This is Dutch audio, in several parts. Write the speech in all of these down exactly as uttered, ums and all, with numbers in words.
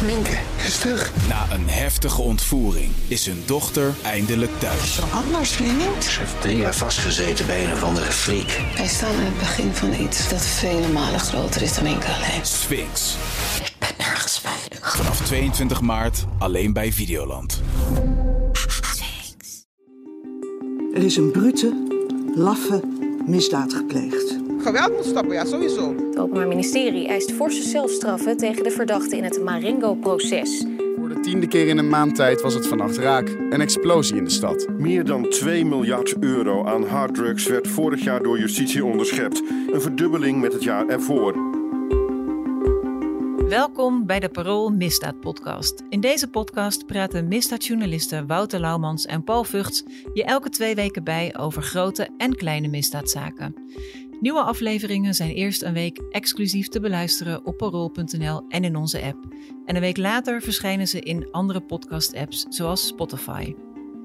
Minke is terug. Na een heftige ontvoering is hun dochter eindelijk thuis. Zo anders, vind je niet? Ze heeft drie jaar vastgezeten bij een of andere freak. Wij staan aan het begin van iets dat vele malen groter is dan Minke alleen. Sphinx. Ik ben nergens veilig. Vanaf tweeëntwintig maart alleen bij Videoland. Er is een brute, laffe misdaad gepleegd. Geweld moet stoppen, ja, sowieso. Het Openbaar Ministerie eist forse celstraffen tegen de verdachten in het Marengo-proces. Voor de tiende keer in een maand tijd was het vannacht raak. Een explosie in de stad. Meer dan twee miljard euro aan harddrugs werd vorig jaar door justitie onderschept. Een verdubbeling met het jaar ervoor. Welkom bij de Parool Misdaad Podcast. In deze podcast praten misdaadjournalisten Wouter Laumans en Paul Vugts je elke twee weken bij over grote en kleine misdaadzaken. Nieuwe afleveringen zijn eerst een week exclusief te beluisteren op parool punt n l en in onze app. En een week later verschijnen ze in andere podcast-apps zoals Spotify.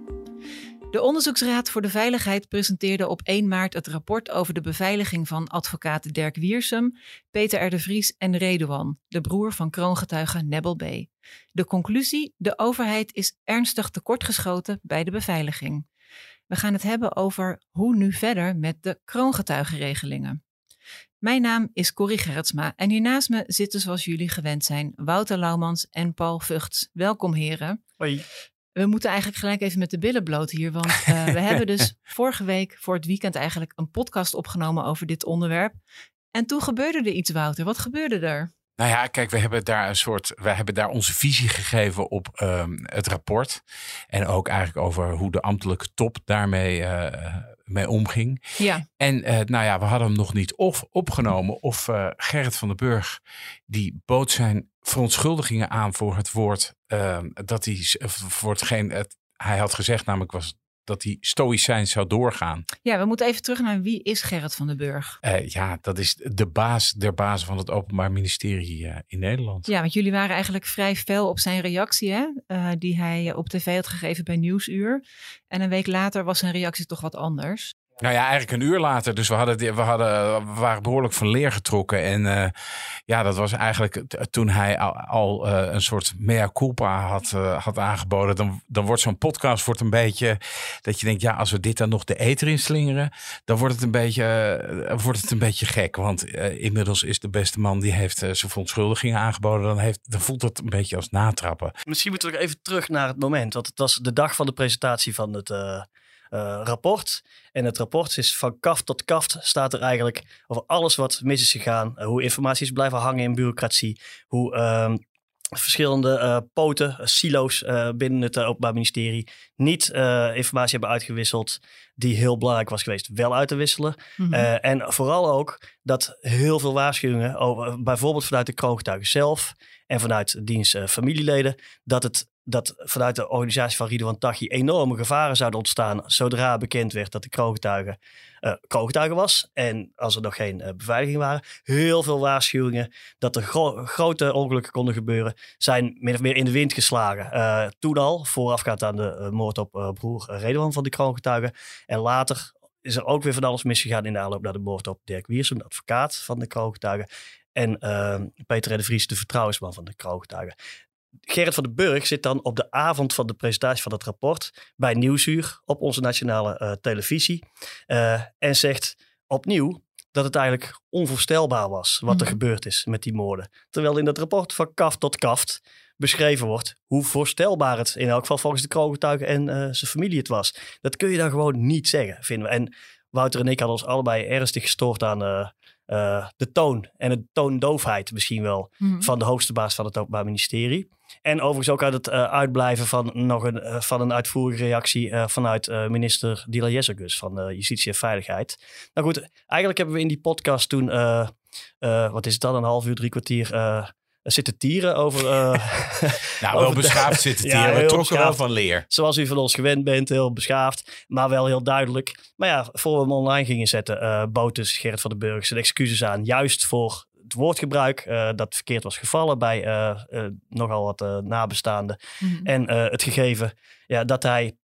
De Onderzoeksraad voor de Veiligheid presenteerde op één maart het rapport over de beveiliging van advocaat Dirk Wiersum, Peter R. de Vries en Redouan, de broer van kroongetuige Nebel B. De conclusie: de overheid is ernstig tekortgeschoten bij de beveiliging. We gaan het hebben over hoe nu verder met de kroongetuigenregelingen. Mijn naam is Corrie Gerritsma en hiernaast me zitten zoals jullie gewend zijn Wouter Laumans en Paul Vugts. Welkom heren. Hoi. We moeten eigenlijk gelijk even met de billen bloot hier, want uh, we hebben dus vorige week voor het weekend eigenlijk een podcast opgenomen over dit onderwerp. En toen gebeurde er iets, Wouter. Wat gebeurde er? Nou ja, kijk, we hebben daar een soort, we hebben daar onze visie gegeven op um, het rapport. En ook eigenlijk over hoe de ambtelijke top daarmee uh, mee omging. Ja. En uh, nou ja, we hadden hem nog niet of opgenomen of uh, Gerrit van den Burg, die bood zijn verontschuldigingen aan voor het woord uh, dat hij voor hetgeen het, hij had gezegd, namelijk was dat hij stoïcijns zou doorgaan. Ja, we moeten even terug naar wie is Gerrit van den Burg? Uh, ja, dat is de baas der bazen van het Openbaar Ministerie uh, in Nederland. Ja, want jullie waren eigenlijk vrij fel op zijn reactie, hè? Uh, die hij op tv had gegeven bij Nieuwsuur. En een week later was zijn reactie toch wat anders. Nou ja, eigenlijk een uur later. Dus we, hadden, we, hadden, we waren behoorlijk van leer getrokken. En uh, ja, dat was eigenlijk t- toen hij al, al uh, een soort mea culpa had, uh, had aangeboden. Dan, dan wordt zo'n podcast wordt een beetje dat je denkt, ja, als we dit dan nog de ether inslingeren, dan wordt het een beetje, uh, wordt het een beetje gek. Want uh, inmiddels is de beste man, die heeft uh, zijn verontschuldigingen aangeboden. Dan, heeft, dan voelt het een beetje als natrappen. Misschien moeten we nog even terug naar het moment. Want het was de dag van de presentatie van het Uh... Uh, rapport. En het rapport is van kaft tot kaft staat er eigenlijk over alles wat mis is gegaan. Uh, hoe informatie is blijven hangen in bureaucratie. Hoe uh, verschillende uh, poten, uh, silo's uh, binnen het uh, Openbaar Ministerie niet uh, informatie hebben uitgewisseld die heel belangrijk was geweest wel uit te wisselen. Mm-hmm. Uh, en vooral ook dat heel veel waarschuwingen, over, bijvoorbeeld vanuit de kroongetuigen zelf en vanuit diens uh, familieleden, dat het dat vanuit de organisatie van Ridouan Taghi enorme gevaren zouden ontstaan zodra bekend werd dat de kroongetuige uh, kroongetuige was. En als er nog geen uh, beveiliging waren, heel veel waarschuwingen dat er gro- grote ongelukken konden gebeuren, zijn min of meer in de wind geslagen. Uh, toen al, voorafgaand aan de uh, moord op uh, broer uh, Redouan van de kroongetuige. En later is er ook weer van alles misgegaan in de aanloop naar de moord op Dirk Wiersum, de advocaat van de kroongetuige. En uh, Peter R. de Vries, de vertrouwensman van de kroongetuige. Gerrit van den Burg zit dan op de avond van de presentatie van het rapport bij Nieuwsuur op onze nationale uh, televisie. Uh, en zegt opnieuw dat het eigenlijk onvoorstelbaar was wat er mm. gebeurd is met die moorden. Terwijl in dat rapport van kaft tot kaft beschreven wordt hoe voorstelbaar het in elk geval volgens de kroongetuigen en uh, zijn familie het was. Dat kun je dan gewoon niet zeggen, vinden we. En Wouter en ik hadden ons allebei ernstig gestoord aan Uh, Uh, de toon en de toondoofheid misschien wel mm. van de hoogste baas van het Openbaar Ministerie. En overigens ook uit het uh, uitblijven van nog een, uh, van een uitvoerige reactie uh, vanuit uh, minister Dila Jezegus van uh, Justitie en Veiligheid. Nou goed, eigenlijk hebben we in die podcast toen, uh, uh, wat is het dan, een half uur, drie kwartier Uh, zitten tieren over Uh, nou, wel beschaafd zitten tieren. Ja, we trokken wel van leer. Zoals u van ons gewend bent, heel beschaafd, maar wel heel duidelijk. Maar ja, voor we hem online gingen zetten, uh, bood dus Gerrit van den Burg zijn excuses aan. Juist voor het woordgebruik uh, dat verkeerd was gevallen bij uh, uh, nogal wat uh, nabestaanden. Mm-hmm. En uh, het gegeven ja, dat hij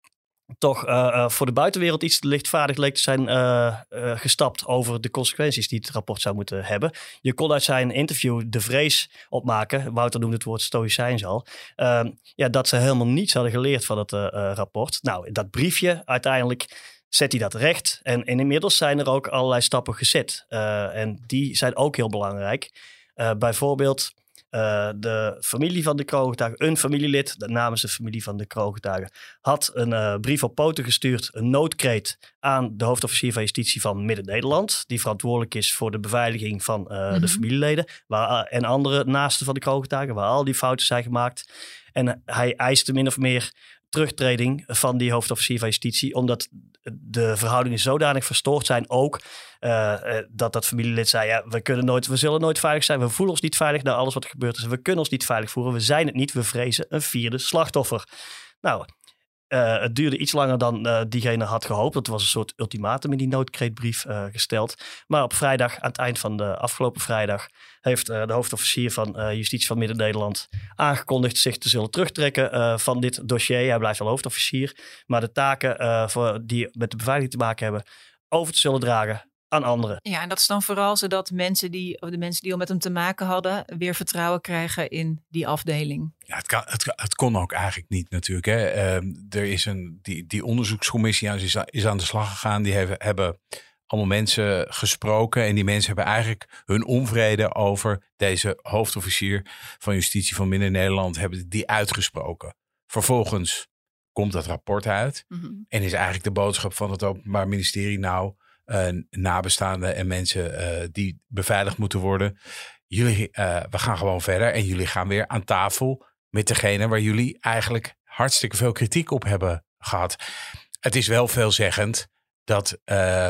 toch uh, uh, voor de buitenwereld iets lichtvaardig leek te zijn uh, uh, gestapt over de consequenties die het rapport zou moeten hebben. Je kon uit zijn interview de vrees opmaken, Wouter noemde het woord stoïcijns al, uh, ja, dat ze helemaal niets hadden geleerd van het uh, uh, rapport. Nou, dat briefje uiteindelijk zet hij dat recht en, en inmiddels zijn er ook allerlei stappen gezet. Uh, en die zijn ook heel belangrijk. Uh, bijvoorbeeld Uh, de familie van de kroongetuigen, een familielid namens de familie van de kroongetuigen, had een uh, brief op poten gestuurd, een noodkreet aan de hoofdofficier van justitie van Midden-Nederland, die verantwoordelijk is voor de beveiliging van uh, mm-hmm. de familieleden waar, en andere naasten van de kroongetuigen, waar al die fouten zijn gemaakt. En uh, hij eiste min of meer terugtreding van die hoofdofficier van justitie, omdat de verhoudingen zodanig verstoord zijn ook, uh, uh, dat dat familielid zei, ja, we kunnen nooit, we zullen nooit veilig zijn, we voelen ons niet veilig na alles wat er gebeurd is, we kunnen ons niet veilig voelen, we zijn het niet, we vrezen een vierde slachtoffer. Nou, uh, het duurde iets langer dan uh, diegene had gehoopt. Het was een soort ultimatum in die noodkreetbrief uh, gesteld. Maar op vrijdag, aan het eind van de afgelopen vrijdag, heeft uh, de hoofdofficier van uh, justitie van Midden-Nederland aangekondigd zich te zullen terugtrekken uh, van dit dossier. Hij blijft wel hoofdofficier, maar de taken uh, voor, die met de beveiliging te maken hebben, over te zullen dragen aan anderen. Ja, en dat is dan vooral zodat mensen die, of de mensen die al met hem te maken hadden, weer vertrouwen krijgen in die afdeling. Ja, het, kan, het, het kon ook eigenlijk niet natuurlijk. Hè. Uh, er is een, die, die onderzoekscommissie is, is aan de slag gegaan. Die hebben, hebben allemaal mensen gesproken. En die mensen hebben eigenlijk hun onvrede over deze hoofdofficier van justitie van Midden-Nederland hebben die uitgesproken. Vervolgens komt dat rapport uit. Mm-hmm. En is eigenlijk de boodschap van het Openbaar Ministerie nou, Uh, nabestaanden en mensen uh, die beveiligd moeten worden. Jullie, uh, we gaan gewoon verder en jullie gaan weer aan tafel met degene waar jullie eigenlijk hartstikke veel kritiek op hebben gehad. Het is wel veelzeggend dat, uh,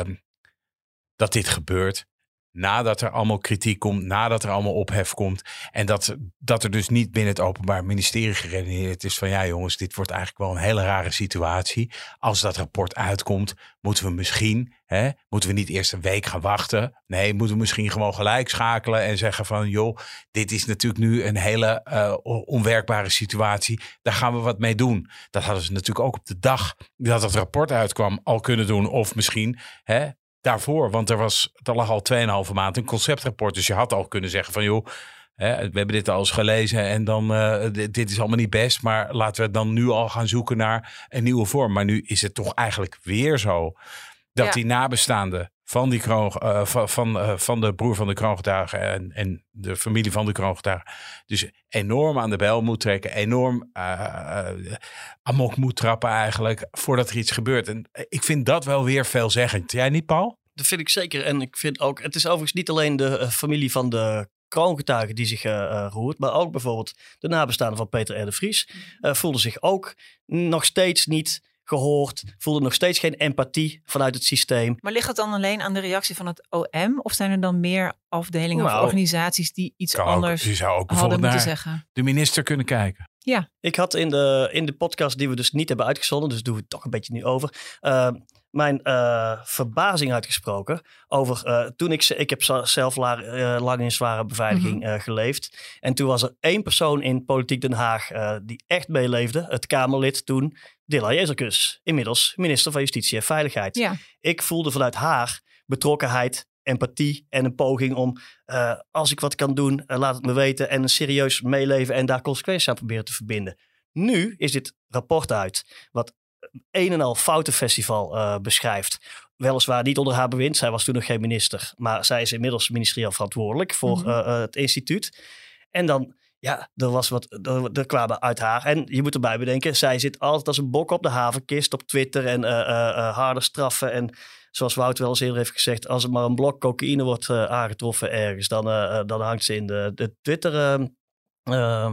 dat dit gebeurt nadat er allemaal kritiek komt, nadat er allemaal ophef komt. En dat, dat er dus niet binnen het Openbaar Ministerie geredeneerd is van ja jongens, dit wordt eigenlijk wel een hele rare situatie. Als dat rapport uitkomt, moeten we misschien, hè, moeten we niet eerst een week gaan wachten. Nee, moeten we misschien gewoon gelijk schakelen en zeggen van joh, dit is natuurlijk nu een hele uh, onwerkbare situatie. Daar gaan we wat mee doen. Dat hadden ze natuurlijk ook op de dag dat het rapport uitkwam al kunnen doen. Of misschien, hè, daarvoor, want er was, er lag al tweeënhalve maand een conceptrapport. Dus je had al kunnen zeggen van joh, hè, we hebben dit al eens gelezen en dan uh, dit, dit is allemaal niet best. Maar laten we dan nu al gaan zoeken naar een nieuwe vorm. Maar nu is het toch eigenlijk weer zo dat ja. die nabestaanden van, die kroon, uh, van, van, uh, van de broer van de kroongetuige en, en de familie van de kroongetuige dus enorm aan de bel moet trekken. Enorm uh, uh, amok moet trappen eigenlijk voordat er iets gebeurt. En ik vind dat wel weer veelzeggend. Jij niet, Paul? Dat vind ik zeker. En ik vind ook, het is overigens niet alleen de uh, familie van de kroongetuige die zich uh, uh, roert, maar ook bijvoorbeeld de nabestaanden van Peter R. de Vries uh, voelden zich ook nog steeds niet gehoord, voelde nog steeds geen empathie vanuit het systeem. Maar ligt het dan alleen aan de reactie van het O M? Of zijn er dan meer afdelingen nou, of organisaties die iets anders ook, je zou ook hadden moeten naar zeggen? De minister kunnen kijken. Ja. Ik had in de, in de podcast die we dus niet hebben uitgezonden, dus doen we het toch een beetje nu over, Uh, mijn uh, verbazing uitgesproken over uh, toen ik, ik heb zelf la, uh, lang in zware beveiliging mm-hmm. uh, geleefd. En toen was er één persoon in Politiek Den Haag uh, die echt meeleefde. Het Kamerlid toen, Dilla Jezelkus, inmiddels minister van Justitie en Veiligheid. Ja. Ik voelde vanuit haar betrokkenheid, empathie en een poging om, uh, als ik wat kan doen, uh, laat het me weten en een serieus meeleven en daar consequenties aan proberen te verbinden. Nu is dit rapport uit, wat een en al foutenfestival uh, beschrijft. Weliswaar niet onder haar bewind. Zij was toen nog geen minister. Maar zij is inmiddels ministerieel verantwoordelijk voor mm-hmm. uh, uh, het instituut. En dan, ja, er was wat, er, er kwamen uit haar. En je moet erbij bedenken, zij zit altijd als een bok op de havenkist op Twitter en uh, uh, uh, harde straffen. En zoals Wout wel eens eerder heeft gezegd, als er maar een blok cocaïne wordt uh, aangetroffen ergens, dan, uh, dan hangt ze in de, de Twitter. Uh, uh,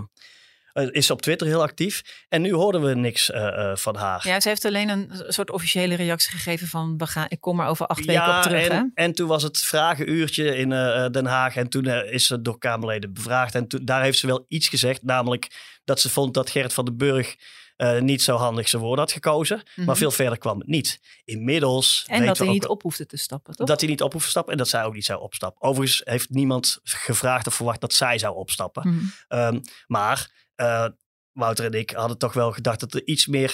Is op Twitter heel actief. En nu hoorden we niks uh, uh, van haar. Ja, ze heeft alleen een soort officiële reactie gegeven van we gaan, ik kom er over acht weken ja, op terug. En, hè? en toen was het vragenuurtje in uh, Den Haag. En toen uh, is ze door Kamerleden bevraagd. En toen, daar heeft ze wel iets gezegd. Namelijk dat ze vond dat Gert van den Burg uh, niet zo handig zijn woorden had gekozen. Mm-hmm. Maar veel verder kwam het niet. Inmiddels. En dat hij niet op hoefde te stappen, toch? Dat hij niet op hoefde te stappen en dat zij ook niet zou opstappen. Overigens heeft niemand gevraagd of verwacht dat zij zou opstappen. Mm-hmm. Um, maar Uh, Wouter en ik hadden toch wel gedacht dat er iets meer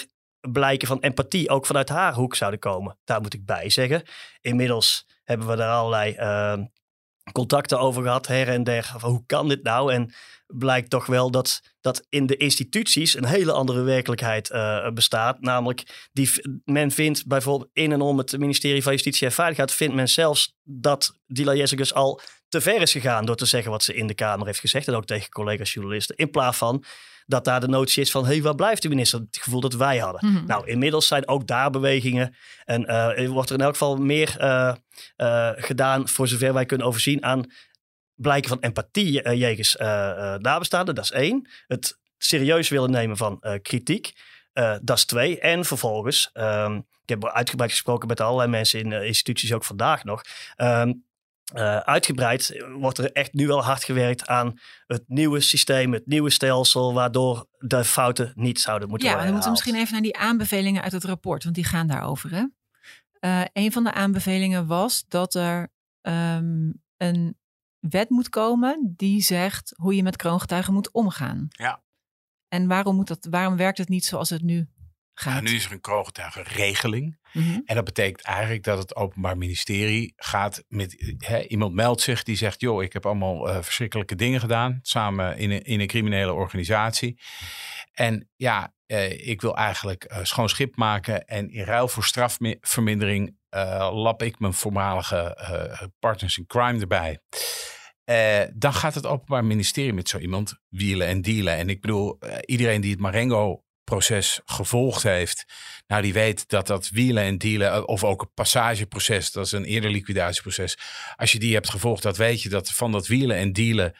blijken van empathie ook vanuit haar hoek zouden komen. Daar moet ik bij zeggen. Inmiddels hebben we daar allerlei uh, contacten over gehad, her en der. Van hoe kan dit nou? En blijkt toch wel dat, dat in de instituties een hele andere werkelijkheid uh, bestaat. Namelijk, die, men vindt bijvoorbeeld in en om het ministerie van Justitie en Veiligheid, vindt men zelfs dat Dilan Jezegus al te ver is gegaan door te zeggen wat ze in de Kamer heeft gezegd. En ook tegen collega's journalisten. In plaats van dat daar de notie is van, hé, hey, waar blijft de minister? Het gevoel dat wij hadden. Mm-hmm. Nou, inmiddels zijn ook daar bewegingen. En uh, wordt er in elk geval meer uh, uh, gedaan, voor zover wij kunnen overzien, aan blijken van empathie uh, jegens uh, uh, nabestaanden. Dat is één. Het serieus willen nemen van uh, kritiek. Uh, dat is twee. En vervolgens, um, ik heb uitgebreid gesproken met allerlei mensen in uh, instituties, ook vandaag nog. Um, Uh, uitgebreid wordt er echt nu wel hard gewerkt aan het nieuwe systeem, het nieuwe stelsel, waardoor de fouten niet zouden moeten ja, worden Ja, we moeten herhaald. misschien even naar die aanbevelingen uit het rapport, want die gaan daarover. Hè? Uh, een van de aanbevelingen was dat er um, een wet moet komen die zegt hoe je met kroongetuigen moet omgaan. Ja. En waarom, moet dat, waarom werkt het niet zoals het nu gaat? Ja, nu is er een kroongetuigenregeling. Mm-hmm. En dat betekent eigenlijk dat het Openbaar Ministerie gaat met... Hè, iemand meldt zich die zegt, joh, ik heb allemaal uh, verschrikkelijke dingen gedaan. Samen in een, in een criminele organisatie. En ja, uh, ik wil eigenlijk uh, schoon schip maken. En in ruil voor strafvermindering uh, lap ik mijn voormalige uh, partners in crime erbij. Uh, dan gaat het Openbaar Ministerie met zo iemand wielen en dealen. En ik bedoel, uh, iedereen die het Marengo proces gevolgd heeft, nou die weet dat dat wielen en dealen, of ook het passageproces, dat is een eerder liquidatieproces. Als je die hebt gevolgd, dat weet je dat van dat wielen en dealen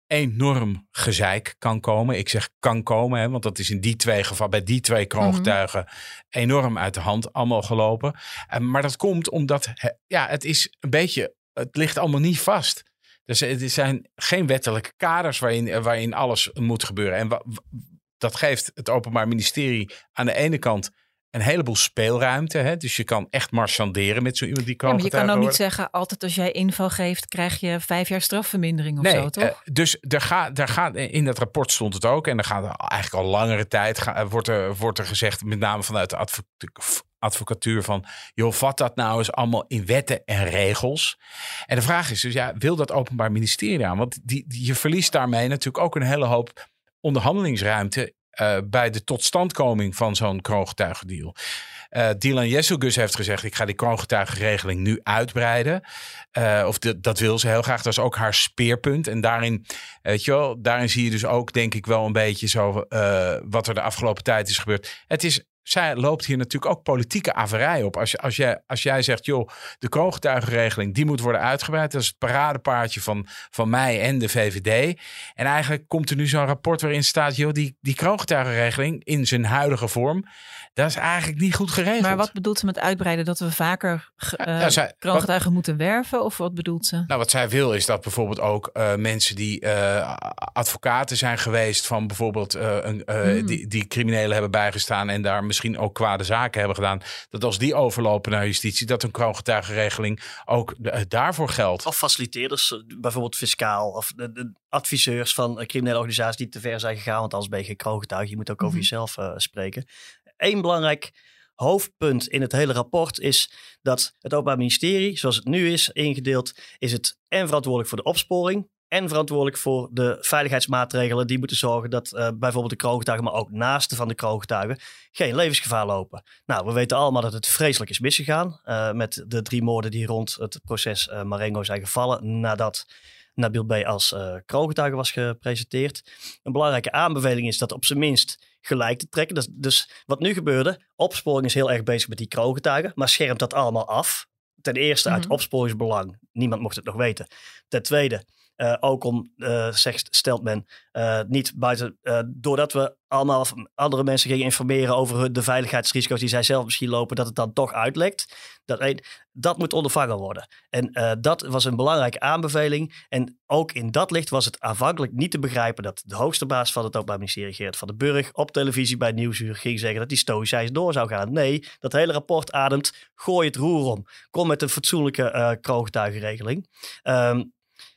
enorm gezeik kan komen. Ik zeg kan komen, hè, want dat is in die twee gevallen, bij die twee kroongetuigen mm-hmm. enorm uit de hand allemaal gelopen. Uh, maar dat komt omdat, ja, het is een beetje, het ligt allemaal niet vast. Dus er zijn geen wettelijke kaders waarin, waarin alles moet gebeuren. En wa, dat geeft het Openbaar Ministerie aan de ene kant een heleboel speelruimte. Hè? Dus je kan echt marchanderen met zo iemand die kan. Ja, maar je kan ook niet zeggen, altijd als jij info geeft, krijg je vijf jaar strafvermindering of nee, zo, toch? Uh, dus er gaat, er gaat, in dat rapport stond het ook. En er gaat eigenlijk al langere tijd, ga, wordt, er, wordt er gezegd, met name vanuit de advo, advocatuur van, joh, vat dat nou eens allemaal in wetten en regels. En de vraag is dus, ja, wil dat Openbaar Ministerie aan? Want die, die, je verliest daarmee natuurlijk ook een hele hoop onderhandelingsruimte uh, bij de totstandkoming van zo'n kroongetuigendeal. Uh, Dilan Jezegus heeft gezegd, ik ga die kroongetuigenregeling nu uitbreiden. Uh, of de, dat wil ze heel graag. Dat is ook haar speerpunt. En daarin, weet je wel, daarin zie je dus ook, denk ik, wel een beetje zo uh, wat er de afgelopen tijd is gebeurd. Het is, zij loopt hier natuurlijk ook politieke averij op. Als, je, als, jij, als jij zegt, joh, de kroongetuigenregeling, die moet worden uitgebreid. Dat is het paradepaardje van, van mij en de V V D. En eigenlijk komt er nu zo'n rapport waarin staat, joh, die, die kroongetuigenregeling in zijn huidige vorm, dat is eigenlijk niet goed geregeld. Maar wat bedoelt ze met uitbreiden? Dat we vaker uh, ja, zij, kroongetuigen wat, moeten werven? Of wat bedoelt ze? Nou, wat zij wil is dat bijvoorbeeld ook uh, mensen die uh, advocaten zijn geweest van bijvoorbeeld uh, een, uh, hmm. die, die criminelen hebben bijgestaan en daar misschien ook kwade zaken hebben gedaan, dat als die overlopen naar justitie, dat een kroongetuigenregeling ook uh, daarvoor geldt. Of faciliteerders, bijvoorbeeld fiscaal, of de, de adviseurs van criminele organisaties die te ver zijn gegaan, want anders ben je geen kroongetuige, je moet ook over hmm. jezelf uh, spreken. Eén belangrijk hoofdpunt in het hele rapport is dat het Openbaar Ministerie, zoals het nu is ingedeeld, is het en verantwoordelijk voor de opsporing en verantwoordelijk voor de veiligheidsmaatregelen die moeten zorgen dat uh, bijvoorbeeld de kroongetuigen, maar ook naasten van de kroongetuigen, geen levensgevaar lopen. Nou, we weten allemaal dat het vreselijk is misgegaan uh, met de drie moorden die rond het proces uh, Marengo zijn gevallen nadat Nabil B. als uh, kroongetuige was gepresenteerd. Een belangrijke aanbeveling is dat op zijn minst gelijk te trekken. Dus, dus wat nu gebeurde, opsporing is heel erg bezig met die kroongetuigen, maar schermt dat allemaal af. Ten eerste uit mm-hmm. opsporingsbelang. Niemand mocht het nog weten. Ten tweede, uh, ook om, uh, zegt, stelt men, uh, niet buiten, uh, doordat we allemaal andere mensen gingen informeren over de veiligheidsrisico's die zij zelf misschien lopen, dat het dan toch uitlekt. Dat, dat moet ondervangen worden. En uh, dat was een belangrijke aanbeveling. En ook in dat licht was het aanvankelijk niet te begrijpen dat de hoogste baas van het Openbaar Ministerie, Geert van den Burg, op televisie bij Nieuwsuur ging zeggen dat die stoïcijns door zou gaan. Nee, dat hele rapport ademt, gooi het roer om. Kom met een fatsoenlijke uh, kroongetuigenregeling. Um,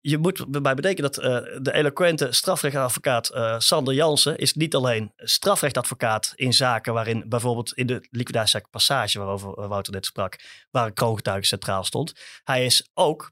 je moet bij bedenken dat uh, de eloquente strafrechtadvocaat uh, Sander Jansen is niet alleen strafrechtadvocaat in zaken waarin bijvoorbeeld in de liquidatiezaak Passage, waarover Wouter net sprak, waar een kroongetuige centraal stond. Hij is ook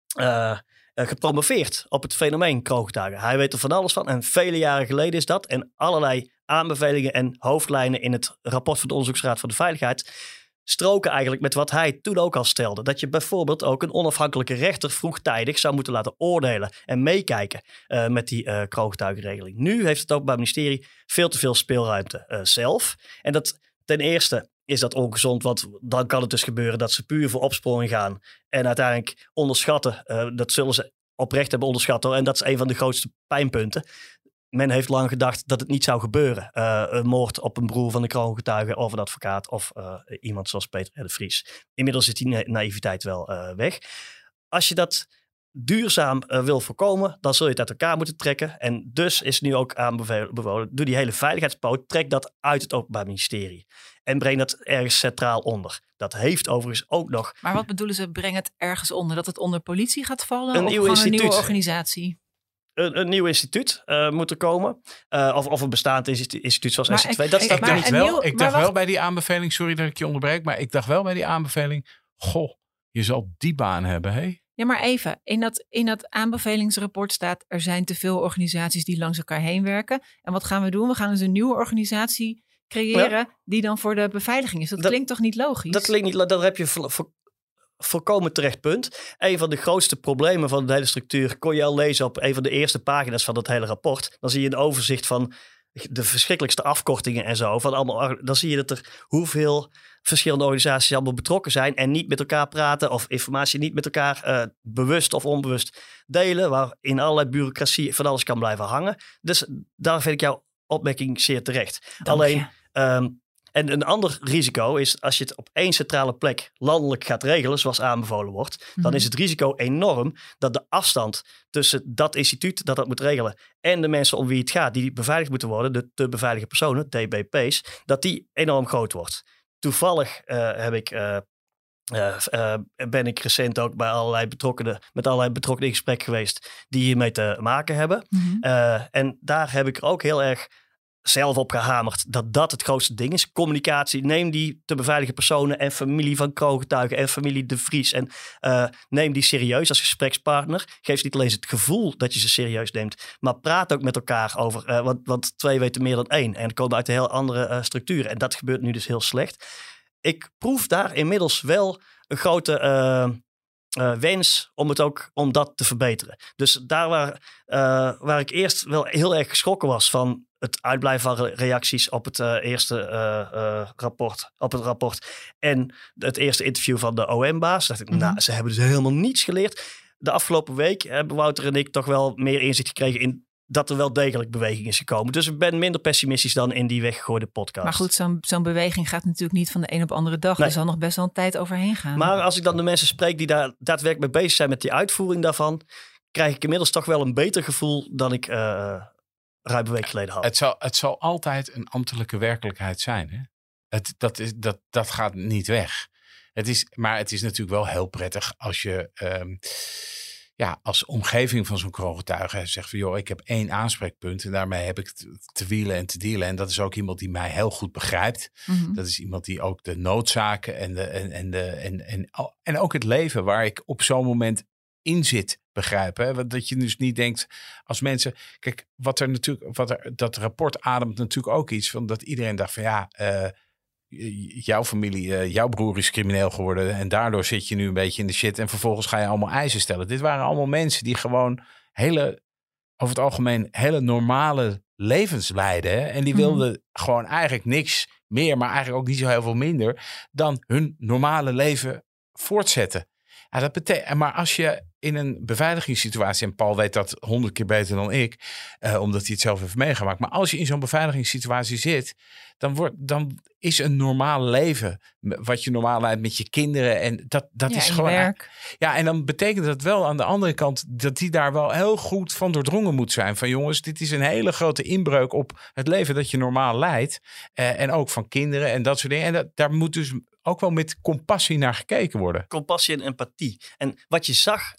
uh, gepromoveerd op het fenomeen kroongetuigen. Hij weet er van alles van en vele jaren geleden is dat. En allerlei aanbevelingen en hoofdlijnen in het rapport van de Onderzoeksraad voor de Veiligheid stroken eigenlijk met wat hij toen ook al stelde. Dat je bijvoorbeeld ook een onafhankelijke rechter vroegtijdig zou moeten laten oordelen en meekijken uh, met die uh, kroongetuigenregeling. Nu heeft het Openbaar Ministerie veel te veel speelruimte uh, zelf. En dat ten eerste is dat ongezond, want dan kan het dus gebeuren dat ze puur voor opsporing gaan en uiteindelijk onderschatten. Uh, dat zullen ze oprecht hebben onderschat hoor. En dat is een van de grootste pijnpunten. Men heeft lang gedacht dat het niet zou gebeuren. Uh, een moord op een broer van de kroongetuige of een advocaat of uh, iemand zoals Peter R. de Vries. Inmiddels is die na- naïviteit wel uh, weg. Als je dat duurzaam uh, wil voorkomen, dan zul je het uit elkaar moeten trekken. En dus is nu ook aanbevolen, doe die hele veiligheidspoot, trek dat uit het Openbaar Ministerie. En breng dat ergens centraal onder. Dat heeft overigens ook nog... Maar wat bedoelen ze, breng het ergens onder? Dat het onder politie gaat vallen? Een of nieuw gewoon instituut. Een nieuwe organisatie? Een, een nieuw instituut uh, moet er komen. Uh, of, of een bestaand instituut zoals S C twee. Dat staat ik er dacht, niet. wel, nieuw, ik dacht wacht. wel bij die aanbeveling, sorry dat ik je onderbreek, maar ik dacht wel bij die aanbeveling, goh, je zal die baan hebben, hé? Ja, maar even. In dat, in dat aanbevelingsrapport staat, er zijn te veel organisaties die langs elkaar heen werken. En wat gaan we doen? We gaan dus een nieuwe organisatie creëren ja. die dan voor de beveiliging is. Dat, dat klinkt toch niet logisch? Dat klinkt niet, daar heb je voor, voor, volkomen terecht punt. Een van de grootste problemen van de hele structuur kon je al lezen op een van de eerste pagina's van dat hele rapport. Dan zie je een overzicht van de verschrikkelijkste afkortingen en zo. Van allemaal, dan zie je dat er hoeveel verschillende organisaties allemaal betrokken zijn en niet met elkaar praten of informatie niet met elkaar uh, bewust of onbewust delen, waar in allerlei bureaucratie van alles kan blijven hangen. Dus daar vind ik jouw opmerking zeer terecht. Dank Alleen, um, en een ander risico is als je het op één centrale plek landelijk gaat regelen, zoals aanbevolen wordt, mm-hmm. dan is het risico enorm dat de afstand tussen dat instituut dat dat moet regelen en de mensen om wie het gaat, die beveiligd moeten worden, de te beveiligde personen, T B P's, dat die enorm groot wordt. Toevallig uh, heb ik, uh, uh, uh, ben ik recent ook bij allerlei betrokkenen, met allerlei betrokkenen in gesprek geweest die hiermee te maken hebben. Mm-hmm. Uh, en daar heb ik er ook heel erg zelf op gehamerd dat dat het grootste ding is. Communicatie, neem die te beveiligen personen en familie van kroongetuigen en familie De Vries en uh, neem die serieus als gesprekspartner. Geef ze niet alleen het gevoel dat je ze serieus neemt, maar praat ook met elkaar over, uh, want, want twee weten meer dan één en komen uit een heel andere uh, structuren en dat gebeurt nu dus heel slecht. Ik proef daar inmiddels wel een grote uh, uh, wens om het ook om dat te verbeteren. Dus daar waar, uh, waar ik eerst wel heel erg geschrokken was van het uitblijven van reacties op het uh, eerste uh, uh, rapport, op het rapport en het eerste interview van de O M-baas, dacht ik, mm-hmm. nou, ze hebben dus helemaal niets geleerd. De afgelopen week hebben Wouter en ik toch wel meer inzicht gekregen in dat er wel degelijk beweging is gekomen. Dus ik ben minder pessimistisch dan in die weggegooide podcast. Maar goed, zo'n, zo'n beweging gaat natuurlijk niet van de een op de andere dag. Nee. Er zal nog best wel een tijd overheen gaan. Maar als ik dan de mensen spreek die daar daadwerkelijk mee bezig zijn met die uitvoering daarvan, krijg ik inmiddels toch wel een beter gevoel dan ik uh, ruim een week geleden had. Het zal, het zal altijd een ambtelijke werkelijkheid zijn. Hè? Het, dat, is, dat, dat gaat niet weg. Het is, maar het is natuurlijk wel heel prettig als je um, ja, als omgeving van zo'n kroongetuige zegt van joh, ik heb één aanspreekpunt en daarmee heb ik te, te wielen en te dealen. En dat is ook iemand die mij heel goed begrijpt. Mm-hmm. Dat is iemand die ook de noodzaken en, de, en, en, de, en, en, en ook het leven waar ik op zo'n moment in zit begrijpen. Hè? Dat je dus niet denkt als mensen... Kijk, wat er natuurlijk... Wat er, dat rapport ademt natuurlijk ook iets van dat iedereen dacht van ja, uh, jouw familie, uh, jouw broer is crimineel geworden en daardoor zit je nu een beetje in de shit en vervolgens ga je allemaal eisen stellen. Dit waren allemaal mensen die gewoon hele, over het algemeen, hele normale levens leiden. Hè? En die wilden mm-hmm. gewoon eigenlijk niks meer, maar eigenlijk ook niet zo heel veel minder dan hun normale leven voortzetten. Ja, dat betekent, maar als je in een beveiligingssituatie, en Paul weet dat honderd keer beter dan ik, uh, omdat hij het zelf heeft meegemaakt. Maar als je in zo'n beveiligingssituatie zit, dan, wordt, dan is een normaal leven, wat je normaal leidt met je kinderen. En dat, dat ja, is en gewoon. Werk. Ja, en dan betekent dat wel aan de andere kant dat die daar wel heel goed van doordrongen moet zijn. Van jongens, dit is een hele grote inbreuk op het leven dat je normaal leidt. Uh, en ook van kinderen en dat soort dingen. En dat, daar moet dus ook wel met compassie naar gekeken worden. Compassie en empathie. En wat je zag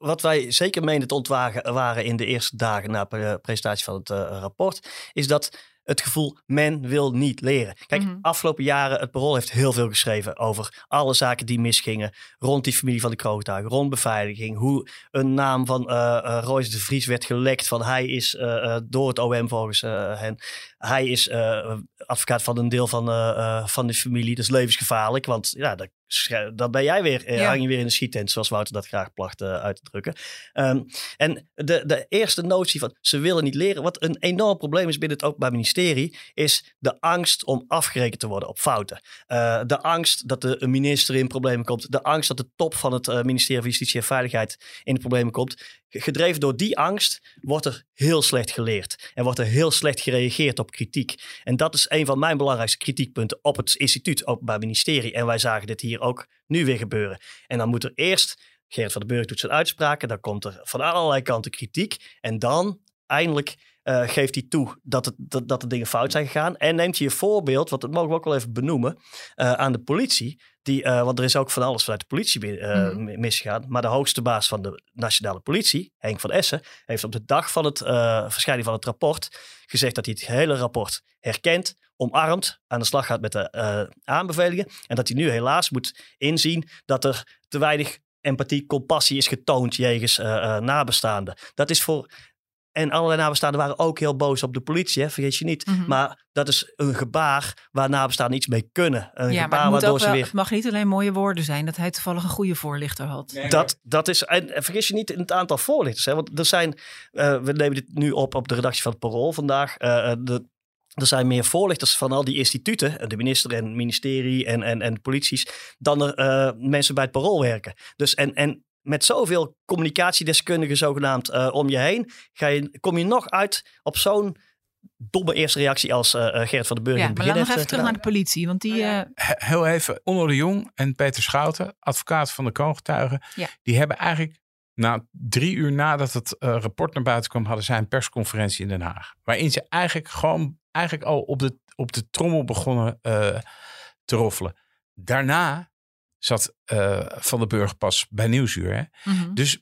wat wij zeker meenden te ontwagen waren in de eerste dagen na de presentatie van het uh, rapport, is dat het gevoel, men wil niet leren. Kijk, mm-hmm. afgelopen jaren, het Parool heeft heel veel geschreven over alle zaken die misgingen rond die familie van de kroongetuigen, rond beveiliging, hoe een naam van uh, uh, Royce de Vries werd gelekt van hij is uh, uh, door het O M volgens uh, hen, hij is uh, advocaat van een deel van, uh, uh, van de familie, dat is levensgevaarlijk, want ja, dat dan ben jij weer, ja. hang je weer in de schiettent, zoals Wouter dat graag placht uh, uit te drukken. Um, en de, de eerste notie van ze willen niet leren, wat een enorm probleem is binnen het Openbaar Ministerie, is de angst om afgerekend te worden op fouten. Uh, de angst dat de minister in problemen komt, de angst dat de top van het uh, ministerie van Justitie en Veiligheid in de problemen komt. Gedreven door die angst wordt er heel slecht geleerd en wordt er heel slecht gereageerd op kritiek. En dat is een van mijn belangrijkste kritiekpunten op het instituut Openbaar Ministerie. En wij zagen dit hier ook nu weer gebeuren. En dan moet er eerst, Gerrit van den Burg doet zijn uitspraken, dan komt er van allerlei kanten kritiek. En dan eindelijk uh, geeft hij toe dat, het, dat, dat de dingen fout zijn gegaan. En neemt hij een voorbeeld, want dat mogen we ook wel even benoemen, uh, aan de politie. Die, uh, want er is ook van alles vanuit de politie uh, mm-hmm. misgegaan. Maar de hoogste baas van de nationale politie, Henk van Essen, heeft op de dag van het uh, verschijning van het rapport gezegd dat hij het hele rapport herkent, omarmt, aan de slag gaat met de uh, aanbevelingen. En dat hij nu helaas moet inzien dat er te weinig empathie, compassie is getoond jegens uh, uh, nabestaanden. Dat is voor... En allerlei nabestaanden waren ook heel boos op de politie, hè? Vergeet je niet. Mm-hmm. Maar dat is een gebaar waar nabestaanden iets mee kunnen. Een ja, gebaar maar het, moet waardoor ook ze wel, weer... het mag niet alleen mooie woorden zijn dat hij toevallig een goede voorlichter had. Nee, dat, dat is, en vergis je niet in het aantal voorlichters. Hè? Want er zijn, uh, we nemen dit nu op op de redactie van het Parool vandaag. Uh, de, er zijn meer voorlichters van al die instituten, de minister en het ministerie en, en, en de polities, dan er uh, mensen bij het Parool werken. Dus en... en met zoveel communicatiedeskundigen zogenaamd uh, om je heen, ga je, kom je nog uit op zo'n domme eerste reactie als uh, Gerrit van den Burg. Ja, in het maar begin laat nog heeft even terug naar de politie. Want die, uh... Heel even, Onno de Jong en Peter Schouten, advocaat van de kroongetuigen, ja. die hebben eigenlijk na drie uur nadat het uh, rapport naar buiten kwam, hadden zij een persconferentie in Den Haag. Waarin ze eigenlijk gewoon eigenlijk al op de, op de trommel begonnen uh, te roffelen. Daarna zat uh, Van den Burg pas bij Nieuwsuur. Hè? Mm-hmm. Dus,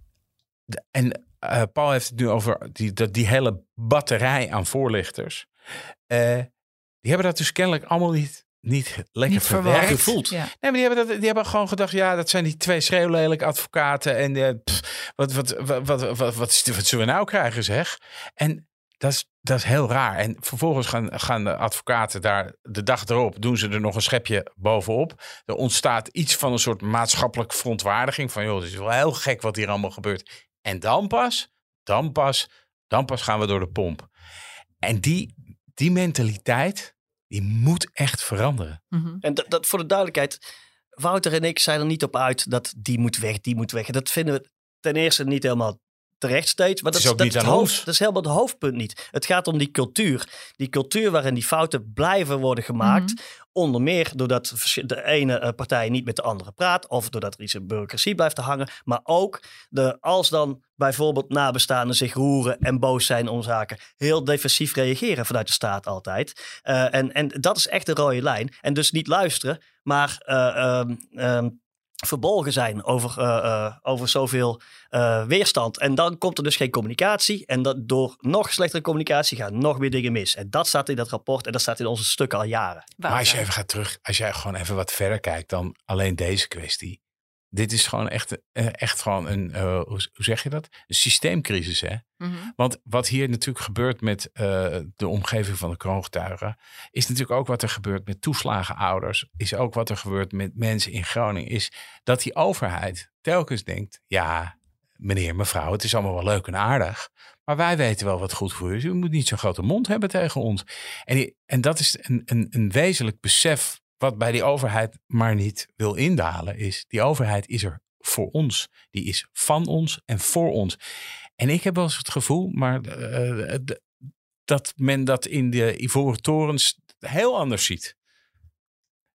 de, en uh, Paul heeft het nu over die, die, die hele batterij aan voorlichters. Uh, die hebben dat dus kennelijk allemaal niet, niet lekker niet verwerkt. Gevoeld. Ja. Nee, maar die hebben, dat, die hebben gewoon gedacht, ja, dat zijn die twee schreeuwlelijke advocaten. En uh, pff, wat, wat, wat, wat, wat, wat, wat, wat zullen we nou krijgen, zeg? En dat is, dat is heel raar. En vervolgens gaan, gaan de advocaten daar de dag erop, doen ze er nog een schepje bovenop. Er ontstaat iets van een soort maatschappelijke verontwaardiging. Van joh, het is wel heel gek wat hier allemaal gebeurt. En dan pas, dan pas, dan pas gaan we door de pomp. En die, die mentaliteit, die moet echt veranderen. Mm-hmm. En dat, dat voor de duidelijkheid, Wouter en ik zijn er niet op uit dat die moet weg, die moet weg. Dat vinden we ten eerste niet helemaal terecht steeds. Maar dat is, ook dat, niet het aan hoofd, ons. dat is helemaal het hoofdpunt niet. Het gaat om die cultuur. Die cultuur waarin die fouten blijven worden gemaakt. Mm-hmm. Onder meer doordat de ene partij niet met de andere praat. Of doordat er iets in bureaucratie blijft te hangen. Maar ook de, als dan bijvoorbeeld nabestaanden zich roeren en boos zijn om zaken. Heel defensief reageren vanuit de staat altijd. Uh, en, en dat is echt een rode lijn. En dus niet luisteren, maar Uh, um, um, verbolgen zijn over, uh, uh, over zoveel uh, weerstand. En dan komt er dus geen communicatie. En dat door nog slechtere communicatie gaan nog meer dingen mis. En dat staat in dat rapport en dat staat in onze stukken al jaren. Maar als je even gaat terug, als jij gewoon even wat verder kijkt dan alleen deze kwestie. Dit is gewoon echt, echt gewoon een, uh, hoe, hoe zeg je dat? Een systeemcrisis, hè? Mm-hmm. Want wat hier natuurlijk gebeurt met uh, de omgeving van de kroongetuigen, is natuurlijk ook wat er gebeurt met toeslagenouders, is ook wat er gebeurt met mensen in Groningen, is dat die overheid telkens denkt, ja, meneer, mevrouw, het is allemaal wel leuk en aardig, maar wij weten wel wat goed voor u is. U moet niet zo'n grote mond hebben tegen ons. En, die, en dat is een, een, een wezenlijk besef wat bij die overheid maar niet wil indalen, is die overheid is er voor ons. Die is van ons en voor ons. En ik heb wel eens het gevoel, maar uh, d- dat men dat in de Ivoren Torens heel anders ziet.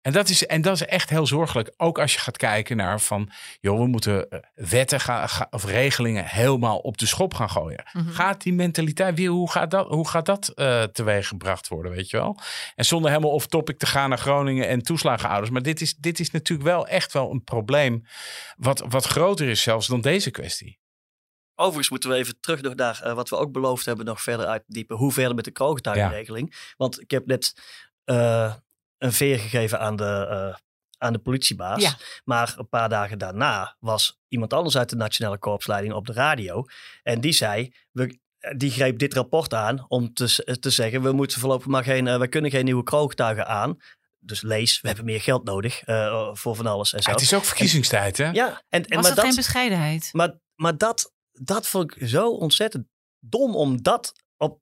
En dat, is, en dat is echt heel zorgelijk. Ook als je gaat kijken naar van... joh, we moeten wetten gaan, ga, of regelingen helemaal op de schop gaan gooien. Mm-hmm. Gaat die mentaliteit weer... Hoe gaat dat, hoe gaat dat uh, teweeg gebracht worden, weet je wel? En zonder helemaal off-topic te gaan naar Groningen en toeslagenouders. Maar dit is, dit is natuurlijk wel echt wel een probleem... wat, wat groter is zelfs dan deze kwestie. Overigens moeten we even terug nog naar uh, wat we ook beloofd hebben... nog verder uitdiepen. Hoe verder met de kroongetuigenregeling? Ja. Want ik heb net... Uh, een veer gegeven aan de, uh, aan de politiebaas. Ja. Maar een paar dagen daarna was iemand anders uit de Nationale Korpsleiding op de radio. En die zei, we, die greep dit rapport aan om te, te zeggen... we moeten voorlopig maar geen, uh, we kunnen geen nieuwe kroongetuigen aan. Dus lees, we hebben meer geld nodig uh, voor van alles en zo. Ja, het is ook verkiezingstijd, hè? Ja. En, en, was maar dat geen bescheidenheid? Maar, maar dat, dat vond ik zo ontzettend dom om dat...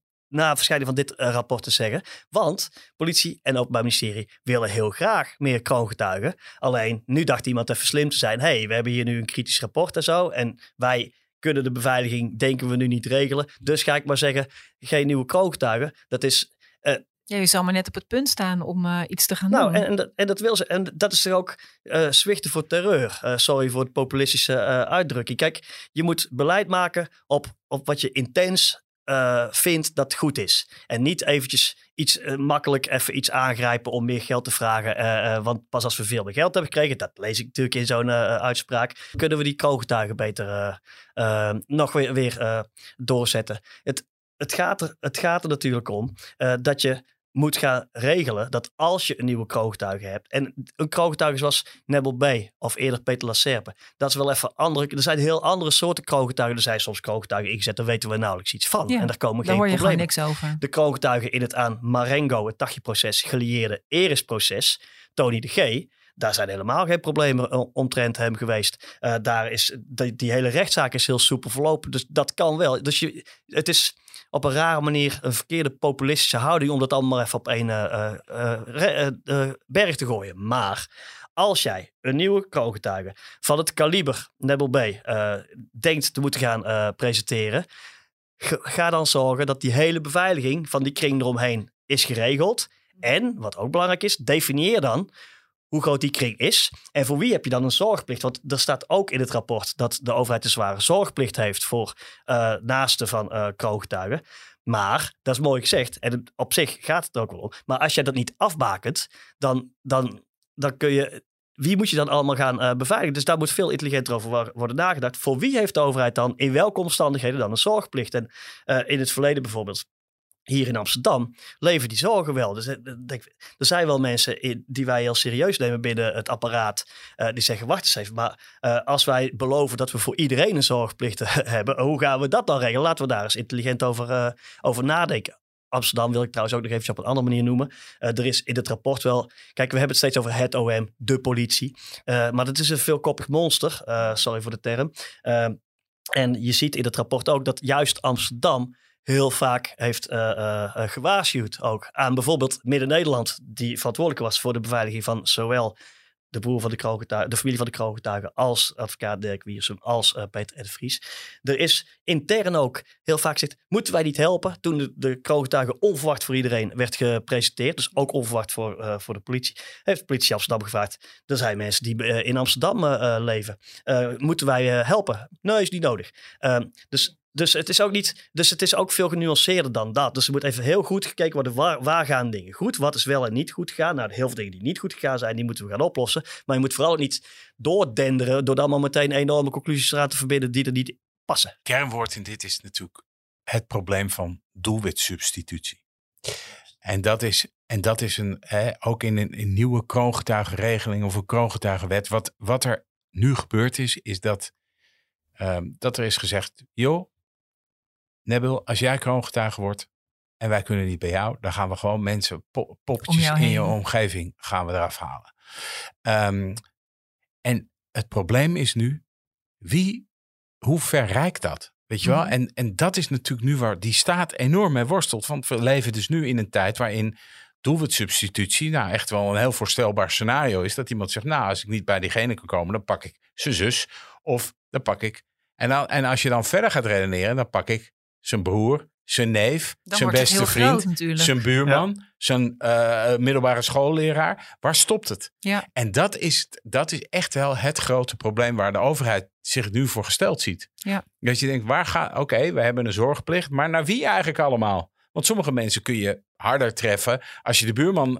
na verschijning van dit uh, rapport te zeggen. Want politie en Openbaar Ministerie willen heel graag meer kroongetuigen. Alleen nu dacht iemand even slim te zijn. Hé, hey, we hebben hier nu een kritisch rapport en zo. En wij kunnen de beveiliging, denken we nu, niet regelen. Dus ga ik maar zeggen, geen nieuwe kroongetuigen. Dat is... Uh, Ja, je zal maar net op het punt staan om uh, iets te gaan nou, doen. En, en, dat, en dat wil ze. En dat is toch ook uh, zwichten voor terreur. Uh, sorry voor het populistische uh, uitdrukking. Kijk, je moet beleid maken op, op wat je intens uh, vindt dat goed is. En niet eventjes iets uh, makkelijk even iets aangrijpen om meer geld te vragen. Uh, uh, want pas als we veel meer geld hebben gekregen, dat lees ik natuurlijk in zo'n uh, uitspraak, kunnen we die kroongetuigen beter uh, uh, nog weer, weer uh, doorzetten. Het, het, gaat er, het gaat er natuurlijk om uh, dat je moet gaan regelen dat als je een nieuwe kroongetuige hebt. En een kroongetuige zoals Nebel B. of eerder Peter Lacerpe. Dat is wel even andere. Er zijn heel andere soorten kroongetuigen. Er zijn soms kroongetuigen ingezet. Daar weten we nauwelijks iets van. Ja, en daar komen daar geen hoor je problemen. gewoon niks over. De kroongetuigen in het aan Marengo, het Taghi-proces, gelieerde Eris-proces. Tony de G. Daar zijn helemaal geen problemen omtrent hem geweest. Uh, daar is, die, die hele rechtszaak is heel soepel verlopen. Dus dat kan wel. Dus je, het is op een rare manier een verkeerde populistische houding om dat allemaal maar even op één uh, uh, uh, uh, berg te gooien. Maar als jij een nieuwe kroongetuige van het kaliber Nebel B. Uh, denkt te moeten gaan uh, presenteren, ga dan zorgen dat die hele beveiliging van die kring eromheen is geregeld. En, wat ook belangrijk is, definieer dan hoe groot die kring is. En voor wie heb je dan een zorgplicht? Want er staat ook in het rapport dat de overheid een zware zorgplicht heeft voor uh, naasten van uh, kroongetuigen. Maar, dat is mooi gezegd. En op zich gaat het ook wel om. Maar als jij dat niet afbakent, dan, dan, dan kun je... Wie moet je dan allemaal gaan uh, beveiligen? Dus daar moet veel intelligenter over worden nagedacht. Voor wie heeft de overheid dan in welke omstandigheden dan een zorgplicht? En uh, in het verleden bijvoorbeeld, hier in Amsterdam, leven die zorgen wel. Dus denk, er zijn wel mensen in, die wij heel serieus nemen binnen het apparaat. Uh, die zeggen, wacht eens even. Maar uh, als wij beloven dat we voor iedereen een zorgplicht hebben, hoe gaan we dat dan regelen? Laten we daar eens intelligent over, uh, over nadenken. Amsterdam wil ik trouwens ook nog even op een andere manier noemen. Uh, er is in het rapport wel... Kijk, we hebben het steeds over het O M, de politie. Uh, maar dat is een veelkoppig monster. Uh, sorry voor de term. Uh, en je ziet in het rapport ook dat juist Amsterdam heel vaak heeft uh, uh, gewaarschuwd ook aan bijvoorbeeld Midden-Nederland, die verantwoordelijk was voor de beveiliging van zowel de broer van de kroongetuigen, de familie van de kroongetuigen, als advocaat Dirk Wiersum, als uh, Peter R. de Vries. Er is intern ook heel vaak gezegd, moeten wij niet helpen? Toen de, de kroongetuigen onverwacht voor iedereen werd gepresenteerd, dus ook onverwacht voor, uh, voor de politie, heeft de politie Amsterdam gevraagd. Er zijn mensen die uh, in Amsterdam uh, leven. Uh, moeten wij uh, helpen? Nee, is niet nodig. Uh, dus Dus het is ook niet, dus het is ook veel genuanceerder dan dat. Dus er moet even heel goed gekeken worden, waar, waar gaan dingen goed? Wat is wel en niet goed gegaan? Nou, heel veel dingen die niet goed gegaan zijn, die moeten we gaan oplossen. Maar je moet vooral ook niet doordenderen door dan maar meteen enorme conclusies eraan te verbinden die er niet passen. Kernwoord in dit is natuurlijk het probleem van doelwitsubstitutie. En dat is, en dat is een, hè, ook in een, een nieuwe kroongetuigenregeling of een kroongetuigenwet. Wat, wat er nu gebeurd is, is dat, um, dat er is gezegd, joh, Nebel, als jij kroongetuige wordt en wij kunnen niet bij jou, dan gaan we gewoon mensen, po- poppetjes in je omgeving gaan we eraf halen. Um, en het probleem is nu, wie, hoe ver reikt dat? Weet je wel? Mm-hmm. En, en dat is natuurlijk nu waar die staat enorm mee worstelt. Want we leven dus nu in een tijd waarin doelwitsubstitutie nou echt wel een heel voorstelbaar scenario is. Dat iemand zegt, nou, als ik niet bij diegene kan komen, dan pak ik zijn zus. Of dan pak ik... En, dan, en als je dan verder gaat redeneren, dan pak ik zijn broer, zijn neef, dan zijn beste vriend, groot, zijn buurman, ja. zijn uh, middelbare schoolleraar. Waar stopt het? Ja. En dat is, dat is echt wel het grote probleem waar de overheid zich nu voor gesteld ziet. Ja. Dat je denkt, waar gaat... Oké, okay, we hebben een zorgplicht, maar naar wie eigenlijk allemaal? Want sommige mensen kun je harder treffen als je de buurman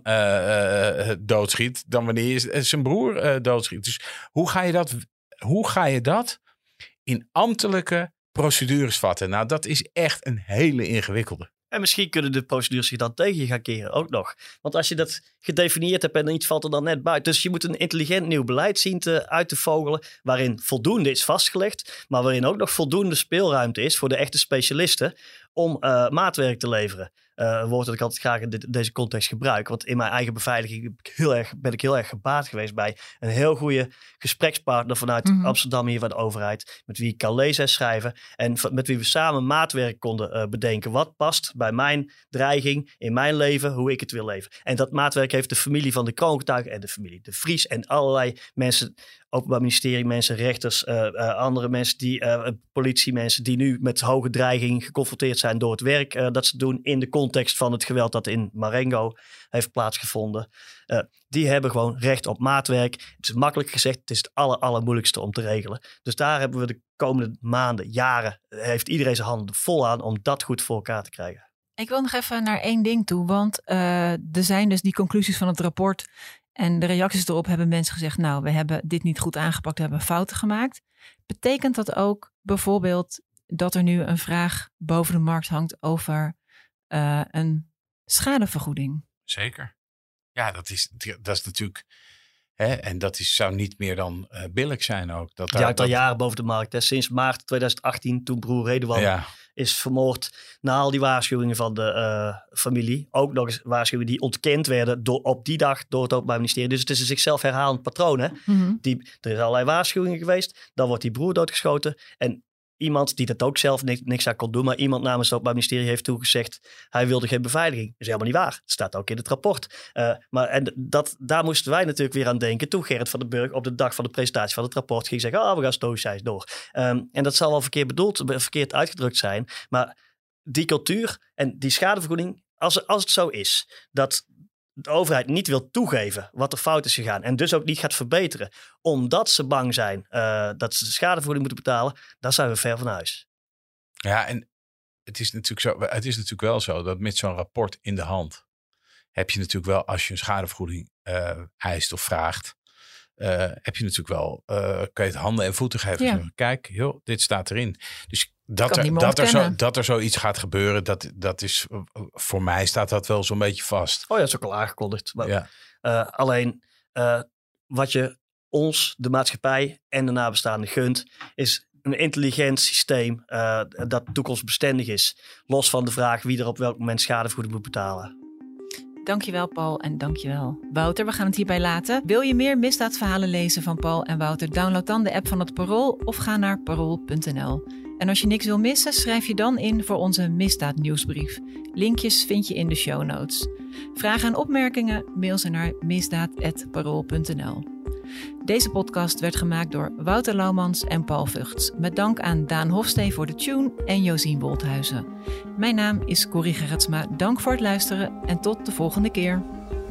uh, uh, doodschiet dan wanneer je zijn broer uh, doodschiet. Dus hoe ga je dat, hoe ga je dat in ambtelijke procedures vatten? Nou, dat is echt een hele ingewikkelde. En misschien kunnen de procedures zich dan tegen je gaan keren, ook nog. Want als je dat gedefinieerd hebt en iets valt er dan net buiten. Dus je moet een intelligent nieuw beleid zien te, uit te vogelen, waarin voldoende is vastgelegd, maar waarin ook nog voldoende speelruimte is voor de echte specialisten om uh, maatwerk te leveren. Uh, een woord dat ik altijd graag in dit, deze context gebruik. Want in mijn eigen beveiliging ben ik heel erg, ben ik heel erg gebaat geweest bij een heel goede gesprekspartner vanuit mm-hmm. Amsterdam hier van de overheid. Met wie ik kan lezen en schrijven. En met wie we samen maatwerk konden uh, bedenken. Wat past bij mijn dreiging in mijn leven, hoe ik het wil leven. En dat maatwerk heeft de familie van de kroongetuige en de familie De Vries en allerlei mensen, Openbaar Ministerie, mensen, rechters, uh, uh, andere mensen, die, uh, politiemensen die nu met hoge dreiging geconfronteerd zijn door het werk uh, dat ze doen in de context van het geweld dat in Marengo heeft plaatsgevonden. Uh, die hebben gewoon recht op maatwerk. Het is makkelijk gezegd, het is het aller, allermoeilijkste om te regelen. Dus daar hebben we de komende maanden, jaren, heeft iedereen zijn handen vol aan om dat goed voor elkaar te krijgen. Ik wil nog even naar één ding toe, want uh, er zijn dus die conclusies van het rapport en de reacties erop hebben mensen gezegd, nou, we hebben dit niet goed aangepakt, we hebben fouten gemaakt. Betekent dat ook bijvoorbeeld dat er nu een vraag boven de markt hangt over uh, een schadevergoeding? Zeker. Ja, dat is, dat is natuurlijk... Hè, en dat is, zou niet meer dan uh, billig zijn ook. Dat daar, ja, al dat... jaren boven de markt. Hè. Sinds maart tweeduizend achttien, toen broer Redouan ja. is vermoord. Na al die waarschuwingen van de uh, familie. Ook nog eens waarschuwingen die ontkend werden door, op die dag door het Openbaar Ministerie. Dus het is een zichzelf herhalend patroon. Hè. Mm-hmm. Die, er is allerlei waarschuwingen geweest. Dan wordt die broer doodgeschoten. En iemand die dat ook zelf niks, niks aan kon doen, maar iemand namens het Openbaar Ministerie heeft toegezegd, hij wilde geen beveiliging. Dat is helemaal niet waar. Het staat ook in het rapport. Uh, maar en dat, daar moesten wij natuurlijk weer aan denken toen Gerrit van den Burg op de dag van de presentatie van het rapport ging zeggen, oh, we gaan stoïcijns door. Um, en dat zal wel verkeerd bedoeld, verkeerd uitgedrukt zijn, maar die cultuur en die schadevergoeding, als, als het zo is dat de overheid niet wil toegeven wat er fout is gegaan en dus ook niet gaat verbeteren, omdat ze bang zijn uh, dat ze de schadevergoeding moeten betalen, dan zijn we ver van huis. Ja, en het is natuurlijk zo, het is natuurlijk wel zo dat met zo'n rapport in de hand heb je natuurlijk wel, als je een schadevergoeding uh, eist of vraagt, uh, heb je natuurlijk wel, uh, kan je het handen en voeten geven. Ja. Kijk, joh, dit staat erin. Dus dat er, dat, er zo, dat er zoiets gaat gebeuren, dat, dat is, voor mij staat dat wel zo'n beetje vast. Oh ja, dat is ook al aangekondigd. Maar, ja. uh, alleen, uh, wat je ons, de maatschappij en de nabestaanden gunt, is een intelligent systeem uh, dat toekomstbestendig is. Los van de vraag wie er op welk moment schadevergoeding moet betalen. Dankjewel Paul en dankjewel Wouter. We gaan het hierbij laten. Wil je meer misdaadverhalen lezen van Paul en Wouter? Download dan de app van het Parool of ga naar parool punt n l. En als je niks wil missen, schrijf je dan in voor onze misdaadnieuwsbrief. Linkjes vind je in de show notes. Vragen en opmerkingen? Mail ze naar misdaad punt parool punt n l. Deze podcast werd gemaakt door Wouter Laumans en Paul Vugts. Met dank aan Daan Hofstee voor de tune en Josien Wolthuizen. Mijn naam is Corrie Gerritsma. Dank voor het luisteren en tot de volgende keer.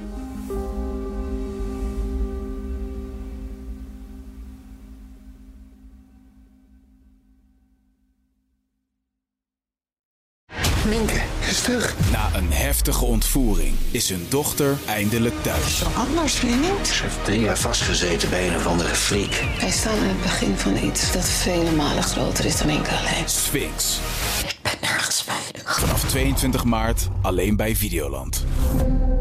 Minke is terug. Na een heftige ontvoering is zijn dochter eindelijk thuis. Zo anders, vind je niet? Ze heeft drie jaar vastgezeten bij een of andere freak. Wij staan aan het begin van iets dat vele malen groter is dan Minke alleen. Sphinx. Ik ben nergens veilig. Vanaf tweeëntwintig maart alleen bij Videoland.